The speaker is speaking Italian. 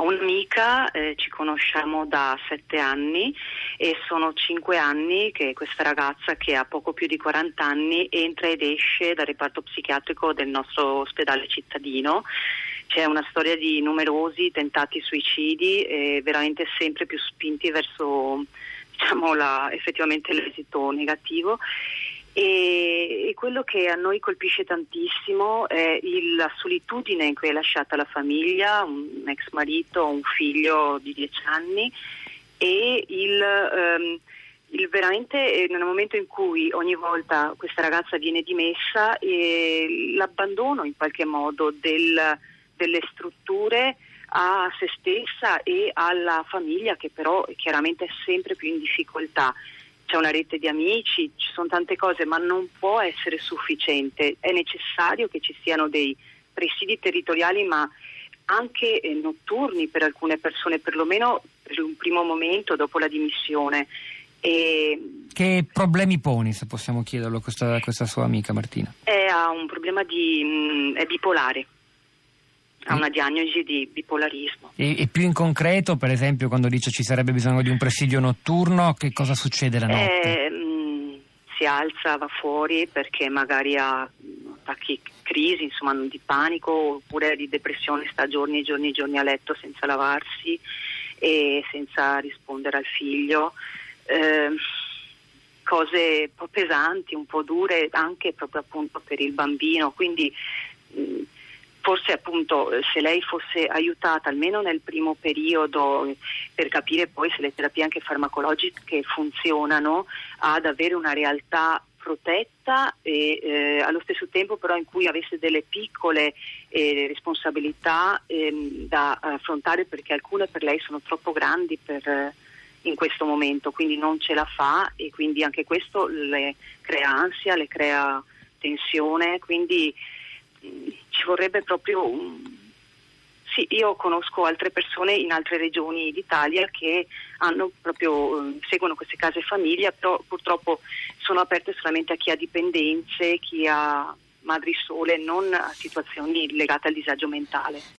un'amica, ci conosciamo da 7 anni e sono 5 anni che questa ragazza, che ha poco più di 40 anni, entra ed esce dal reparto psichiatrico del nostro ospedale cittadino. C'è una storia di numerosi tentati suicidi e veramente sempre più spinti verso, diciamo, effettivamente l'esito negativo. E quello che a noi colpisce tantissimo è la solitudine in cui è lasciata la famiglia, un ex marito, un figlio di 10 anni, e il veramente nel momento in cui ogni volta questa ragazza viene dimessa, l'abbandono in qualche modo delle strutture a se stessa e alla famiglia, che però chiaramente è sempre più in difficoltà. C'è una rete di amici, ci sono tante cose, ma non può essere sufficiente. È necessario che ci siano dei presidi territoriali, ma anche notturni per alcune persone, perlomeno per un primo momento dopo la dimissione. Che problemi poni, se possiamo chiederlo, questa sua amica Martina? Ha un problema è bipolare. Ha una diagnosi di bipolarismo. E più in concreto, per esempio, quando dice ci sarebbe bisogno di un presidio notturno, che cosa succede la notte? Si alza, va fuori perché magari ha attacchi, crisi, insomma, di panico oppure di depressione, sta giorni e giorni e giorni a letto senza lavarsi e senza rispondere al figlio. Cose un po' pesanti, un po' dure anche proprio appunto per il bambino, quindi forse appunto se lei fosse aiutata almeno nel primo periodo per capire poi se le terapie anche farmacologiche funzionano, ad avere una realtà protetta e allo stesso tempo però in cui avesse delle piccole responsabilità da affrontare, perché alcune per lei sono troppo grandi in questo momento, quindi non ce la fa e quindi anche questo le crea ansia, le crea tensione, quindi ci vorrebbe proprio sì, io conosco altre persone in altre regioni d'Italia che hanno proprio seguono queste case famiglia, però purtroppo sono aperte solamente a chi ha dipendenze, chi ha madri sole, non a situazioni legate al disagio mentale.